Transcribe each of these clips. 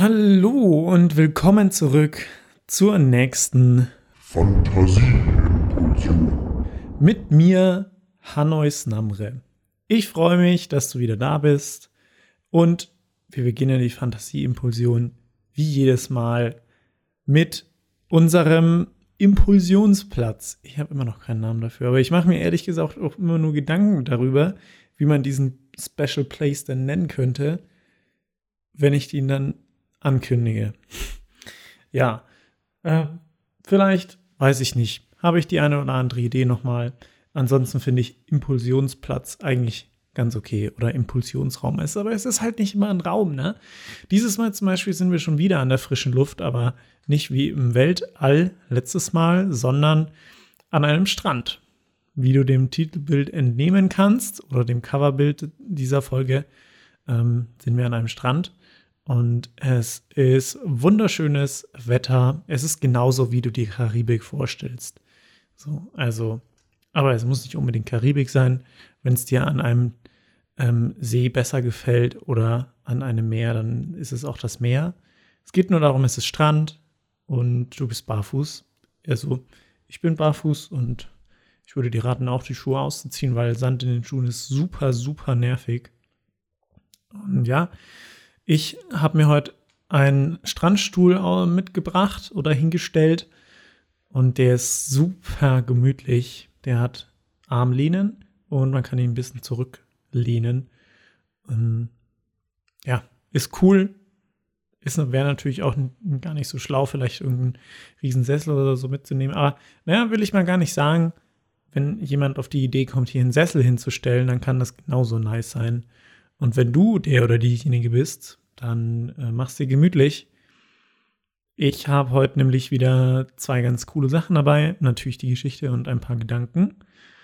Hallo und willkommen zurück zur nächsten Fantasieimpulsion. mit mir, Hanois Namre. Ich freue mich, dass du wieder da bist und wir beginnen die Fantasieimpulsion wie jedes Mal mit unserem Impulsionsplatz. Ich habe immer noch keinen Namen dafür, aber ich mache mir ehrlich gesagt auch immer nur Gedanken darüber, wie man diesen Special Place denn nennen könnte, wenn ich ihn dann ankündige. Ja, vielleicht, weiß ich nicht, habe ich die eine oder andere Idee nochmal. Ansonsten finde ich Impulsionsplatz eigentlich ganz okay oder Impulsionsraum ist, aber es ist halt nicht immer ein Raum, ne? Dieses Mal zum Beispiel sind wir schon wieder an der frischen Luft, aber nicht wie im Weltall letztes Mal, sondern an einem Strand. Wie du dem Titelbild entnehmen kannst oder dem Coverbild dieser Folge, sind wir an einem Strand. Und es ist wunderschönes Wetter. Es ist genauso, wie du die Karibik vorstellst. So, also, aber es muss nicht unbedingt Karibik sein. Wenn es dir an einem See besser gefällt oder an einem Meer, dann ist es auch das Meer. Es geht nur darum, es ist Strand und du bist barfuß. Also, ich bin barfuß und ich würde dir raten, auch die Schuhe auszuziehen, weil Sand in den Schuhen ist super, super nervig. Und ja, ich habe mir heute einen Strandstuhl mitgebracht oder hingestellt und der ist super gemütlich. Der hat Armlehnen und man kann ihn ein bisschen zurücklehnen. Ja, ist cool. Wäre natürlich auch gar nicht so schlau, vielleicht irgendeinen Riesensessel oder so mitzunehmen. Aber naja, will ich mal gar nicht sagen. Wenn jemand auf die Idee kommt, hier einen Sessel hinzustellen, dann kann das genauso nice sein. Und wenn du der oder diejenige bist, dann mach's dir gemütlich. Ich habe heute nämlich wieder 2 ganz coole Sachen dabei. Natürlich die Geschichte und ein paar Gedanken.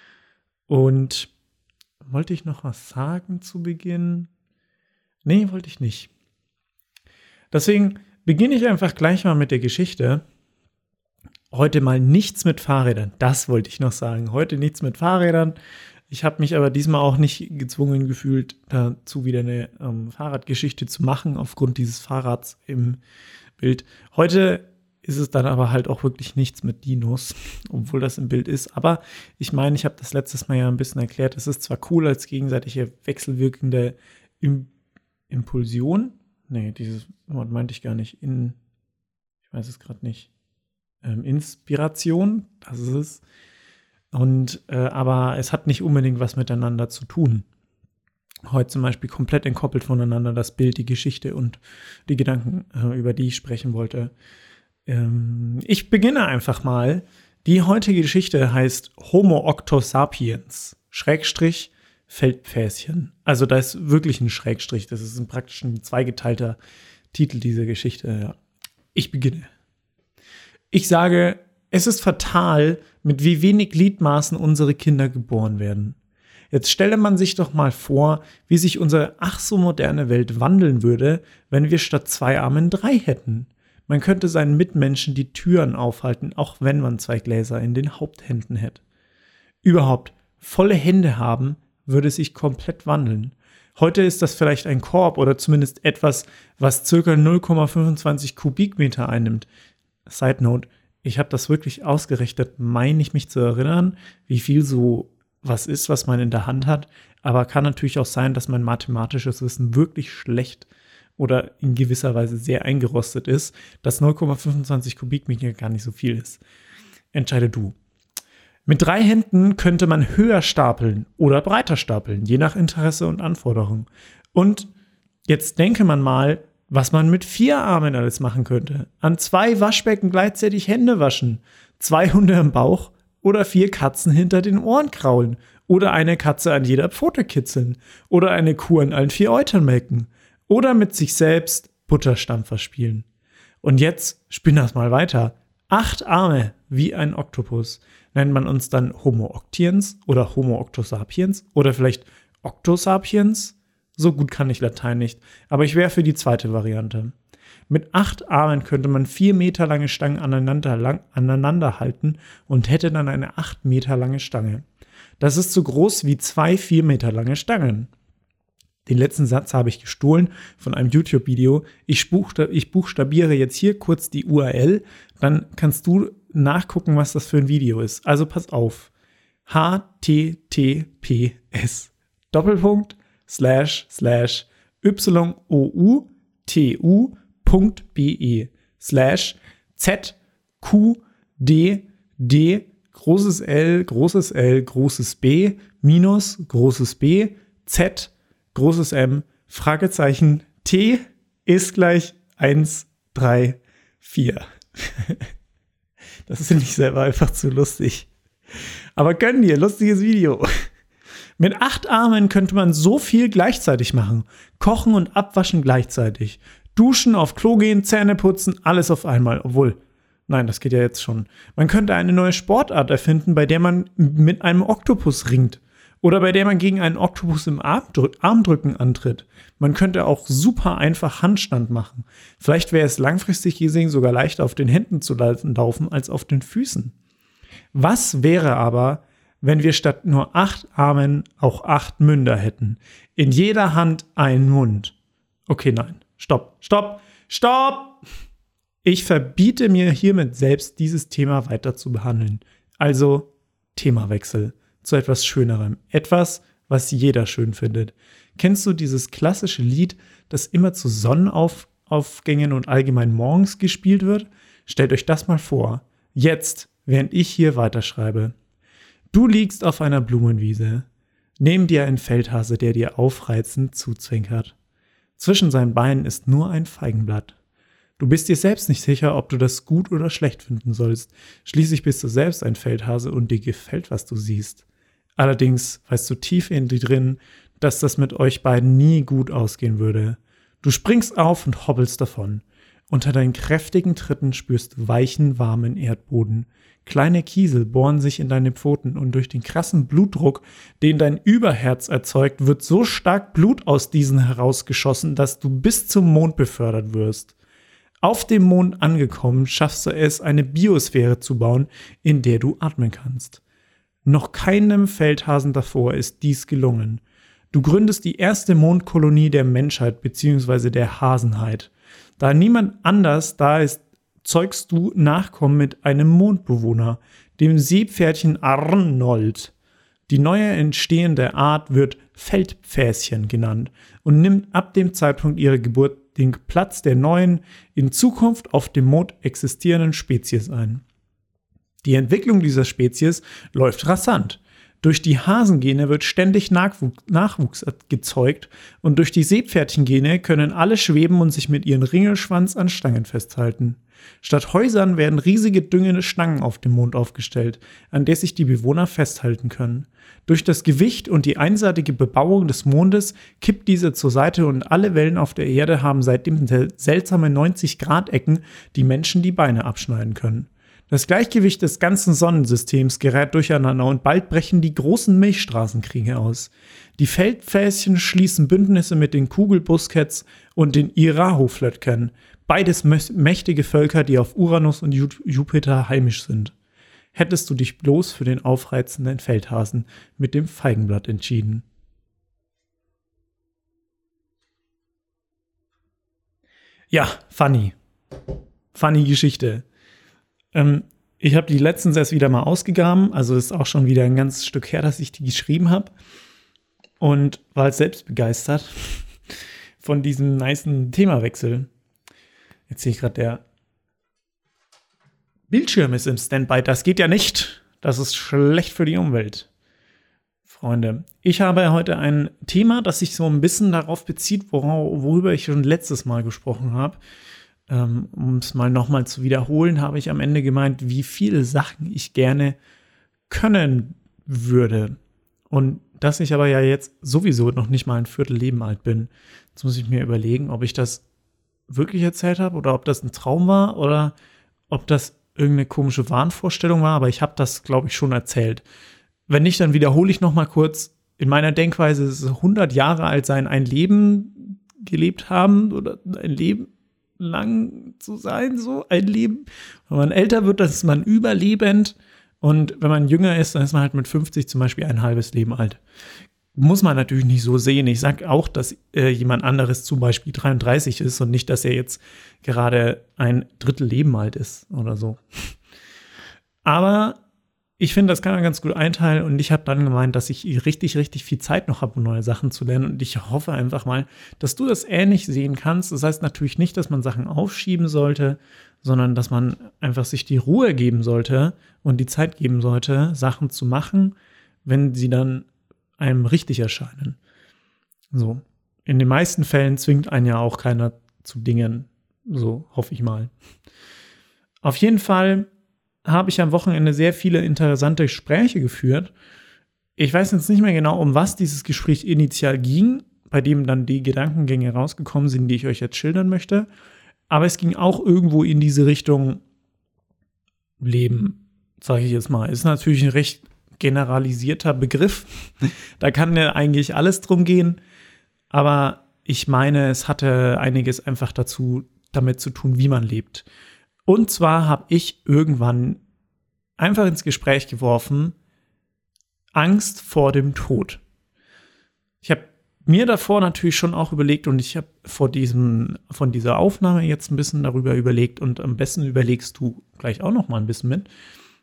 Und wollte ich noch was sagen zu Beginn? Nee, wollte ich nicht. Deswegen beginne ich einfach gleich mal mit der Geschichte. Heute mal nichts mit Fahrrädern. Das wollte ich noch sagen. Heute nichts mit Fahrrädern. Ich habe mich aber diesmal auch nicht gezwungen gefühlt, dazu wieder eine Fahrradgeschichte zu machen, aufgrund dieses Fahrrads im Bild. Heute ist es dann aber halt auch wirklich nichts mit Dinos, obwohl das im Bild ist. Aber ich meine, ich habe das letztes Mal ja ein bisschen erklärt, es ist zwar cool als gegenseitige wechselwirkende Impulsion. Nee, dieses Wort meinte ich gar nicht. Ich weiß es gerade nicht. Inspiration, das ist es. Und aber es hat nicht unbedingt was miteinander zu tun. Heute zum Beispiel komplett entkoppelt voneinander das Bild, die Geschichte und die Gedanken, über die ich sprechen wollte. Ich beginne einfach mal. Die heutige Geschichte heißt Homo octosapiens, Schrägstrich Feldpfäßchen. Also da ist wirklich ein Schrägstrich. Das ist praktisch ein zweigeteilter Titel dieser Geschichte. Ja. Ich beginne. Ich sage, es ist fatal, mit wie wenig Gliedmaßen unsere Kinder geboren werden. Jetzt stelle man sich doch mal vor, wie sich unsere ach so moderne Welt wandeln würde, wenn wir statt 2 Armen 3 hätten. Man könnte seinen Mitmenschen die Türen aufhalten, auch wenn man 2 Gläser in den Haupthänden hätte. Überhaupt, volle Hände haben, würde sich komplett wandeln. Heute ist das vielleicht ein Korb oder zumindest etwas, was ca. 0,25 Kubikmeter einnimmt. Side Note, ich habe das wirklich ausgerechnet, meine ich mich zu erinnern, wie viel so was ist, was man in der Hand hat. Aber kann natürlich auch sein, dass mein mathematisches Wissen wirklich schlecht oder in gewisser Weise sehr eingerostet ist, dass 0,25 Kubikmeter gar nicht so viel ist. Entscheide du. Mit 3 Händen könnte man höher stapeln oder breiter stapeln, je nach Interesse und Anforderung. Und jetzt denke man mal, was man mit 4 Armen alles machen könnte. An 2 Waschbecken gleichzeitig Hände waschen, 2 Hunde im Bauch oder 4 Katzen hinter den Ohren kraulen oder eine Katze an jeder Pfote kitzeln oder eine Kuh an allen 4 Eutern melken oder mit sich selbst Butterstampfer spielen. Und jetzt spinn das mal weiter. 8 Arme wie ein Oktopus. Nennt man uns dann Homo octiens oder Homo octosapiens oder vielleicht Octosapiens? So gut kann ich Latein nicht, aber ich wäre für die zweite Variante. Mit 8 Armen könnte man 4 Meter lange Stangen aneinander halten und hätte dann eine 8 Meter lange Stange. Das ist so groß wie 2 4 Meter lange Stangen. Den letzten Satz habe ich gestohlen von einem YouTube-Video. Ich buchstabiere jetzt hier kurz die URL, dann kannst du nachgucken, was das für ein Video ist. Also pass auf. https://youtube.be/zqdd großes L, großes L, großes B, minus, großes B, Z, großes M, Fragezeichen, T ist gleich 1, 3, 4. Das finde ich selber einfach zu lustig. Aber gönn dir, lustiges Video. Mit 8 Armen könnte man so viel gleichzeitig machen. Kochen und abwaschen gleichzeitig. Duschen, auf Klo gehen, Zähne putzen, alles auf einmal. Obwohl, nein, das geht ja jetzt schon. Man könnte eine neue Sportart erfinden, bei der man mit einem Oktopus ringt. Oder bei der man gegen einen Oktopus im Armdrücken antritt. Man könnte auch super einfach Handstand machen. Vielleicht wäre es langfristig gesehen sogar leichter, auf den Händen zu laufen, als auf den Füßen. Was wäre aber, wenn wir statt nur 8 Armen auch 8 Münder hätten? In jeder Hand ein Mund. Okay, nein. Stopp. Ich verbiete mir hiermit selbst, dieses Thema weiter zu behandeln. Also Themawechsel zu etwas Schönerem. Etwas, was jeder schön findet. Kennst du dieses klassische Lied, das immer zu Sonnenaufgängen und allgemein morgens gespielt wird? Stellt euch das mal vor. Jetzt, während ich hier weiterschreibe. Du liegst auf einer Blumenwiese. Neben dir ein Feldhase, der dir aufreizend zuzwinkert. Zwischen seinen Beinen ist nur ein Feigenblatt. Du bist dir selbst nicht sicher, ob du das gut oder schlecht finden sollst. Schließlich bist du selbst ein Feldhase und dir gefällt, was du siehst. Allerdings weißt du tief in dir drin, dass das mit euch beiden nie gut ausgehen würde. Du springst auf und hoppelst davon. Unter deinen kräftigen Tritten spürst du weichen, warmen Erdboden. Kleine Kiesel bohren sich in deine Pfoten und durch den krassen Blutdruck, den dein Überherz erzeugt, wird so stark Blut aus diesen herausgeschossen, dass du bis zum Mond befördert wirst. Auf dem Mond angekommen, schaffst du es, eine Biosphäre zu bauen, in der du atmen kannst. Noch keinem Feldhasen davor ist dies gelungen. Du gründest die erste Mondkolonie der Menschheit bzw. der Hasenheit. Da niemand anders da ist, zeugst du Nachkommen mit einem Mondbewohner, dem Seepferdchen Arnold. Die neue entstehende Art wird Feldpfäschen genannt und nimmt ab dem Zeitpunkt ihrer Geburt den Platz der neuen, in Zukunft auf dem Mond existierenden Spezies ein. Die Entwicklung dieser Spezies läuft rasant. Durch die Hasengene wird ständig Nachwuchs gezeugt und durch die Seepferdchengene können alle schweben und sich mit ihrem Ringelschwanz an Stangen festhalten. Statt Häusern werden riesige düngende Stangen auf dem Mond aufgestellt, an der sich die Bewohner festhalten können. Durch das Gewicht und die einseitige Bebauung des Mondes kippt diese zur Seite und alle Wellen auf der Erde haben seitdem seltsame 90-Grad-Ecken, die Menschen die Beine abschneiden können. Das Gleichgewicht des ganzen Sonnensystems gerät durcheinander und bald brechen die großen Milchstraßenkriege aus. Die Feldpfäschen schließen Bündnisse mit den Kugelbuskets und den Iraho-Flötkern, beides mächtige Völker, die auf Uranus und Jupiter heimisch sind. Hättest du dich bloß für den aufreizenden Feldhasen mit dem Feigenblatt entschieden. Ja, funny Geschichte. Ich habe die letztens erst wieder mal ausgegraben, also ist auch schon wieder ein ganzes Stück her, dass ich die geschrieben habe und war halt selbst begeistert von diesem nicen Themawechsel. Jetzt sehe ich gerade, der Bildschirm ist im Standby, das geht ja nicht, das ist schlecht für die Umwelt. Freunde, ich habe heute ein Thema, das sich so ein bisschen darauf bezieht, worüber ich schon letztes Mal gesprochen habe. Um es mal nochmal zu wiederholen, habe ich am Ende gemeint, wie viele Sachen ich gerne können würde. Und dass ich aber ja jetzt sowieso noch nicht mal ein Viertelleben alt bin. Jetzt muss ich mir überlegen, ob ich das wirklich erzählt habe oder ob das ein Traum war oder ob das irgendeine komische Wahnvorstellung war. Aber ich habe das, glaube ich, schon erzählt. Wenn nicht, dann wiederhole ich nochmal kurz. In meiner Denkweise ist es 100 Jahre alt sein, ein Leben gelebt haben oder ein Leben lang zu sein, so ein Leben. Wenn man älter wird, dann ist man überlebend und wenn man jünger ist, dann ist man halt mit 50 zum Beispiel ein halbes Leben alt. muss man natürlich nicht so sehen. Ich sage auch, dass jemand anderes zum Beispiel 33 ist und nicht, dass er jetzt gerade ein Drittel Leben alt ist oder so. Aber ich finde, das kann man ganz gut einteilen und ich habe dann gemeint, dass ich richtig, richtig viel Zeit noch habe, um neue Sachen zu lernen und ich hoffe einfach mal, dass du das ähnlich sehen kannst. Das heißt natürlich nicht, dass man Sachen aufschieben sollte, sondern dass man einfach sich die Ruhe geben sollte und die Zeit geben sollte, Sachen zu machen, wenn sie dann einem richtig erscheinen. So. In den meisten Fällen zwingt einen ja auch keiner zu Dingen. So hoffe ich mal. Auf jeden Fall habe ich am Wochenende sehr viele interessante Gespräche geführt. Ich weiß jetzt nicht mehr genau, um was dieses Gespräch initial ging, bei dem dann die Gedankengänge rausgekommen sind, die ich euch jetzt schildern möchte. Aber es ging auch irgendwo in diese Richtung Leben, sage ich jetzt mal. Ist natürlich ein recht generalisierter Begriff. Da kann ja eigentlich alles drum gehen. Aber ich meine, es hatte einiges einfach damit zu tun, wie man lebt. Und zwar habe ich irgendwann einfach ins Gespräch geworfen, Angst vor dem Tod. Ich habe mir davor natürlich schon auch überlegt und ich habe von dieser Aufnahme jetzt ein bisschen darüber überlegt und am besten überlegst du gleich auch noch mal ein bisschen mit.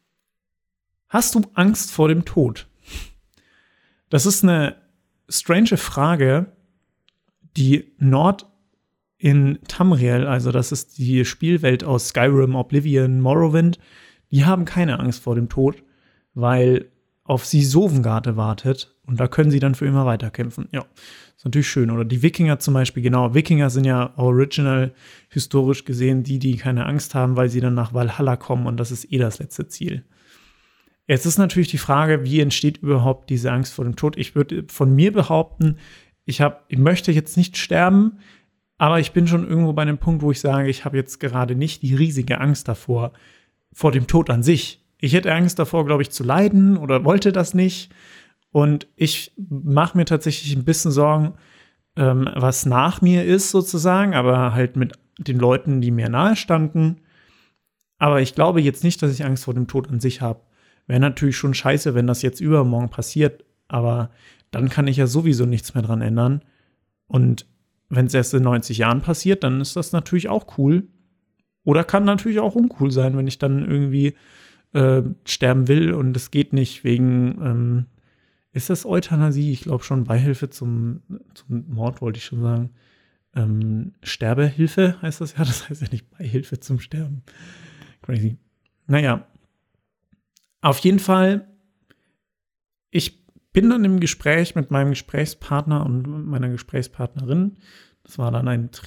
Hast du Angst vor dem Tod? Das ist eine strange Frage, die Nord in Tamriel, also das ist die Spielwelt aus Skyrim, Oblivion, Morrowind, die haben keine Angst vor dem Tod, weil auf sie Sovngarde wartet und da können sie dann für immer weiterkämpfen. Ja, ist natürlich schön. Oder die Wikinger zum Beispiel, genau. Wikinger sind ja original, historisch gesehen, die keine Angst haben, weil sie dann nach Valhalla kommen und das ist das letzte Ziel. Jetzt ist natürlich die Frage, wie entsteht überhaupt diese Angst vor dem Tod? Ich würde von mir behaupten, ich möchte jetzt nicht sterben, aber ich bin schon irgendwo bei einem Punkt, wo ich sage, ich habe jetzt gerade nicht die riesige Angst vor dem Tod an sich. Ich hätte Angst davor, glaube ich, zu leiden oder wollte das nicht. Und ich mache mir tatsächlich ein bisschen Sorgen, was nach mir ist sozusagen, aber halt mit den Leuten, die mir nahe standen. Aber ich glaube jetzt nicht, dass ich Angst vor dem Tod an sich habe. Wäre natürlich schon scheiße, wenn das jetzt übermorgen passiert, aber dann kann ich ja sowieso nichts mehr dran ändern. Und wenn es erst in 90 Jahren passiert, dann ist das natürlich auch cool. Oder kann natürlich auch uncool sein, wenn ich dann irgendwie sterben will und es geht nicht wegen, ist das Euthanasie? Ich glaube schon, Beihilfe zum Mord, wollte ich schon sagen. Sterbehilfe heißt das ja, das heißt ja nicht Beihilfe zum Sterben. Crazy. Naja, auf jeden Fall, ich bin dann im Gespräch mit meinem Gesprächspartner und meiner Gesprächspartnerin. Das war dann ein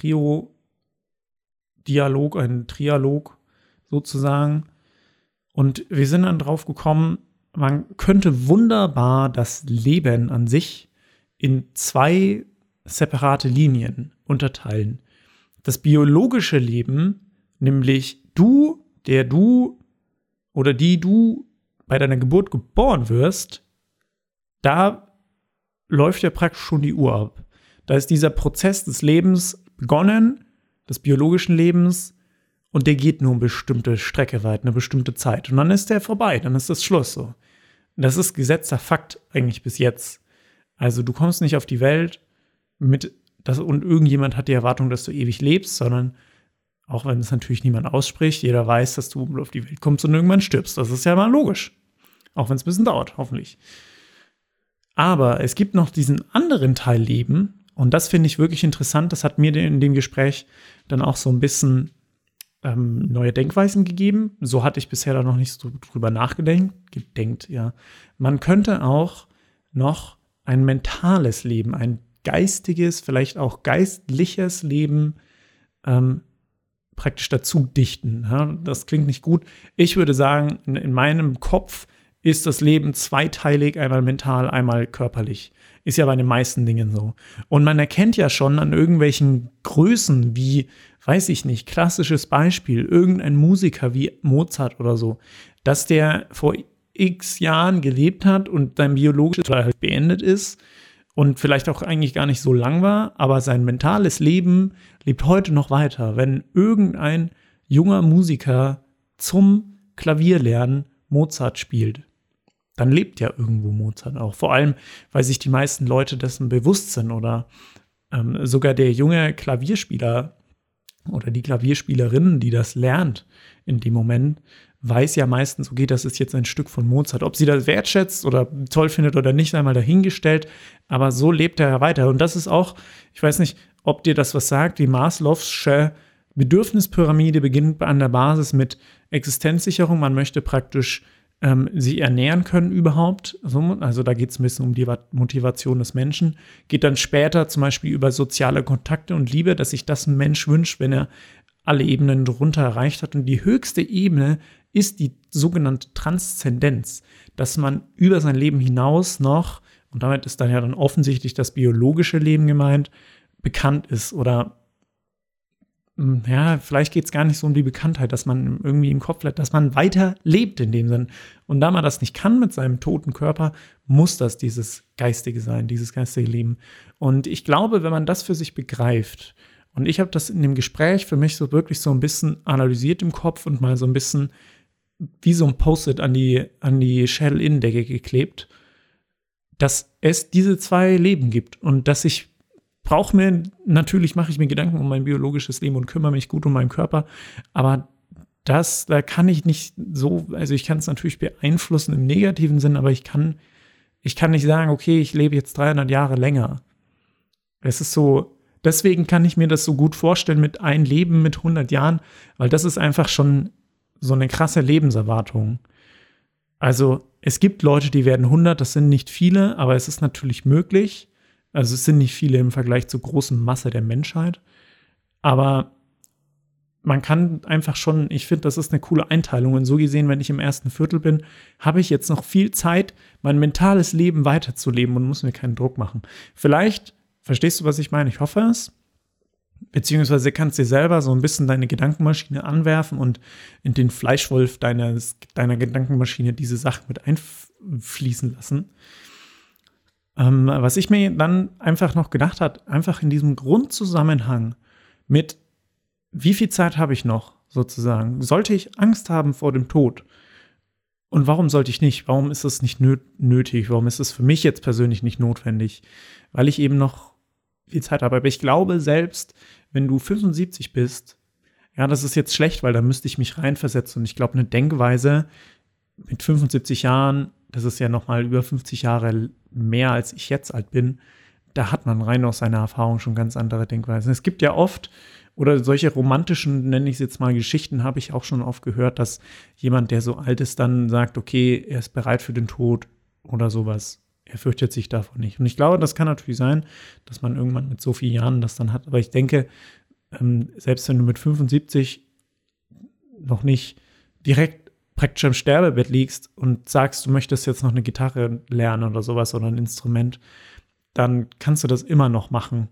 Trialog sozusagen. Und wir sind dann drauf gekommen, man könnte wunderbar das Leben an sich in 2 separate Linien unterteilen. Das biologische Leben, nämlich du oder die du bei deiner Geburt geboren wirst, da läuft ja praktisch schon die Uhr ab. Da ist dieser Prozess des Lebens begonnen, des biologischen Lebens, und der geht nur eine bestimmte Strecke weit, eine bestimmte Zeit. Und dann ist der vorbei, dann ist das Schluss so. Das ist gesetzter Fakt eigentlich bis jetzt. Also du kommst nicht auf die Welt und irgendjemand hat die Erwartung, dass du ewig lebst, sondern auch wenn es natürlich niemand ausspricht, jeder weiß, dass du auf die Welt kommst und irgendwann stirbst. Das ist ja mal logisch. Auch wenn es ein bisschen dauert, hoffentlich. Aber es gibt noch diesen anderen Teil Leben und das finde ich wirklich interessant. Das hat mir in dem Gespräch dann auch so ein bisschen neue Denkweisen gegeben. So hatte ich bisher da noch nicht so drüber nachgedacht. Ja. Man könnte auch noch ein mentales Leben, ein geistiges, vielleicht auch geistliches Leben praktisch dazu dichten. Ja. Das klingt nicht gut. Ich würde sagen, in meinem Kopf ist das Leben zweiteilig, einmal mental, einmal körperlich. Ist ja bei den meisten Dingen so. Und man erkennt ja schon an irgendwelchen Größen wie, weiß ich nicht, klassisches Beispiel, irgendein Musiker wie Mozart oder so, dass der vor x Jahren gelebt hat und sein biologisches Leben halt beendet ist und vielleicht auch eigentlich gar nicht so lang war, aber sein mentales Leben lebt heute noch weiter. Wenn irgendein junger Musiker zum Klavierlernen Mozart spielt, dann lebt ja irgendwo Mozart auch. Vor allem, weil sich die meisten Leute dessen bewusst sind oder sogar der junge Klavierspieler oder die Klavierspielerin, die das lernt in dem Moment, weiß ja meistens, okay, das ist jetzt ein Stück von Mozart. Ob sie das wertschätzt oder toll findet oder nicht, einmal dahingestellt, aber so lebt er ja weiter. Und das ist auch, ich weiß nicht, ob dir das was sagt, die Maslow'sche Bedürfnispyramide beginnt an der Basis mit Existenzsicherung. Man möchte praktisch sie ernähren können überhaupt. Also da geht es ein bisschen um die Motivation des Menschen. Geht dann später zum Beispiel über soziale Kontakte und Liebe, dass sich das ein Mensch wünscht, wenn er alle Ebenen drunter erreicht hat. Und die höchste Ebene ist die sogenannte Transzendenz, dass man über sein Leben hinaus noch, und damit ist dann ja dann offensichtlich das biologische Leben gemeint, bekannt ist oder ja, vielleicht geht es gar nicht so um die Bekanntheit, dass man irgendwie im Kopf hat, dass man weiter lebt in dem Sinn. Und da man das nicht kann mit seinem toten Körper, muss das dieses Geistige sein, dieses geistige Leben. Und ich glaube, wenn man das für sich begreift, und ich habe das in dem Gespräch für mich so wirklich so ein bisschen analysiert im Kopf und mal so ein bisschen wie so ein Post-it an die Schädelinnendecke geklebt, dass es diese zwei Leben gibt und dass ich natürlich mache ich mir Gedanken um mein biologisches Leben und kümmere mich gut um meinen Körper, aber da kann ich nicht so, also ich kann es natürlich beeinflussen im negativen Sinn, aber ich kann nicht sagen, okay, ich lebe jetzt 300 Jahre länger. Es ist so, deswegen kann ich mir das so gut vorstellen mit ein Leben mit 100 Jahren, weil das ist einfach schon so eine krasse Lebenserwartung. Also es gibt Leute, die werden 100, das sind nicht viele, aber es ist natürlich möglich. Also es sind nicht viele im Vergleich zur großen Masse der Menschheit. Aber man kann einfach schon, ich finde, das ist eine coole Einteilung. Und so gesehen, wenn ich im ersten Viertel bin, habe ich jetzt noch viel Zeit, mein mentales Leben weiterzuleben und muss mir keinen Druck machen. Vielleicht, verstehst du, was ich meine? Ich hoffe es. Beziehungsweise kannst dir selber so ein bisschen deine Gedankenmaschine anwerfen und in den Fleischwolf deiner Gedankenmaschine diese Sachen mit einfließen lassen. Was ich mir dann einfach noch gedacht habe, einfach in diesem Grundzusammenhang mit, wie viel Zeit habe ich noch, sozusagen? Sollte ich Angst haben vor dem Tod? Und warum sollte ich nicht? Warum ist es nicht nötig? Warum ist es für mich jetzt persönlich nicht notwendig? Weil ich eben noch viel Zeit habe. Aber ich glaube, selbst wenn du 75 bist, ja, das ist jetzt schlecht, weil da müsste ich mich reinversetzen. Und ich glaube, eine Denkweise mit 75 Jahren, das ist ja nochmal über 50 Jahre mehr, als ich jetzt alt bin, da hat man rein aus seiner Erfahrung schon ganz andere Denkweisen. Es gibt ja oft, oder solche romantischen, nenne ich es jetzt mal, Geschichten habe ich auch schon oft gehört, dass jemand, der so alt ist, dann sagt, okay, er ist bereit für den Tod oder sowas. Er fürchtet sich davon nicht. Und ich glaube, das kann natürlich sein, dass man irgendwann mit so vielen Jahren das dann hat. Aber ich denke, selbst wenn du mit 75 noch nicht direkt praktisch am Sterbebett liegst und sagst, du möchtest jetzt noch eine Gitarre lernen oder sowas oder ein Instrument, dann kannst du das immer noch machen.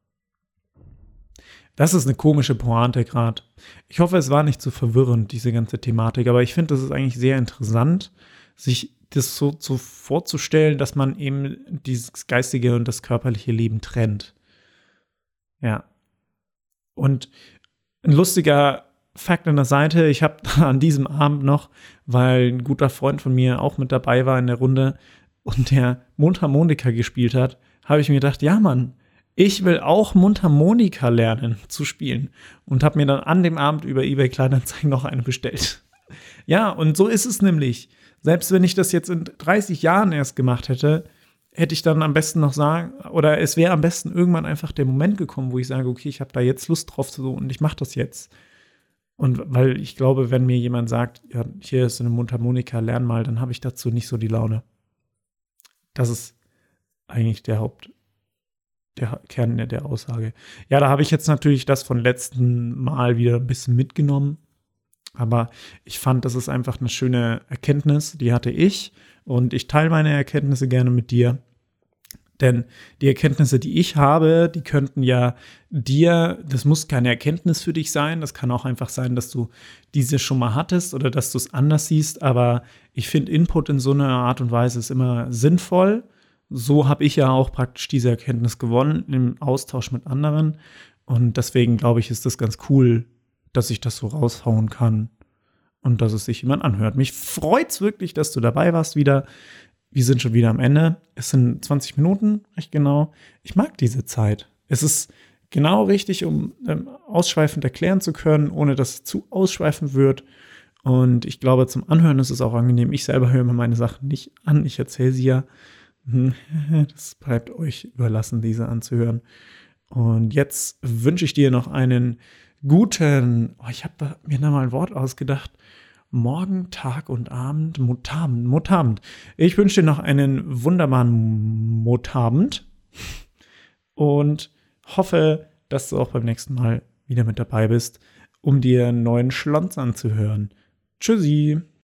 Das ist eine komische Pointe gerade. Ich hoffe, es war nicht zu verwirrend, diese ganze Thematik, aber ich finde, das ist eigentlich sehr interessant, sich das so vorzustellen, dass man eben dieses geistige und das körperliche Leben trennt. Ja. Und ein lustiger Fakt an der Seite, ich habe an diesem Abend noch, weil ein guter Freund von mir auch mit dabei war in der Runde und der Mundharmonika gespielt hat, habe ich mir gedacht, ja Mann, ich will auch Mundharmonika lernen zu spielen und habe mir dann an dem Abend über eBay Kleinanzeigen noch eine bestellt. Ja, und so ist es nämlich. Selbst wenn ich das jetzt in 30 Jahren erst gemacht hätte, hätte ich dann am besten noch sagen, oder es wäre am besten irgendwann einfach der Moment gekommen, wo ich sage, okay, ich habe da jetzt Lust drauf so, und ich mache das jetzt. Und weil ich glaube, wenn mir jemand sagt, ja, hier ist eine Mundharmonika, lern mal, dann habe ich dazu nicht so die Laune. Das ist eigentlich der Kern der Aussage. Ja, da habe ich jetzt natürlich das von letzten Mal wieder ein bisschen mitgenommen. Aber ich fand, das ist einfach eine schöne Erkenntnis, die hatte ich. Und ich teile meine Erkenntnisse gerne mit dir. Denn die Erkenntnisse, die ich habe, die könnten ja das muss keine Erkenntnis für dich sein. Das kann auch einfach sein, dass du diese schon mal hattest oder dass du es anders siehst. Aber ich finde, Input in so einer Art und Weise ist immer sinnvoll. So habe ich ja auch praktisch diese Erkenntnis gewonnen im Austausch mit anderen. Und deswegen glaube ich, ist das ganz cool, dass ich das so raushauen kann. und dass es sich jemand anhört. Mich freut's wirklich, dass du dabei warst wieder. Wir sind schon wieder am Ende. Es sind 20 Minuten, recht genau. Ich mag diese Zeit. Es ist genau richtig, um ausschweifend erklären zu können, ohne dass es zu ausschweifend wird. Und ich glaube, zum Anhören ist es auch angenehm. Ich selber höre mir meine Sachen nicht an. Ich erzähle sie ja. Das bleibt euch überlassen, diese anzuhören. Und jetzt wünsche ich dir noch einen guten, ich habe mir da mal ein Wort ausgedacht, Morgen, Tag und Abend, Motabend. Ich wünsche dir noch einen wunderbaren Motabend und hoffe, dass du auch beim nächsten Mal wieder mit dabei bist, um dir einen neuen Schlons anzuhören. Tschüssi!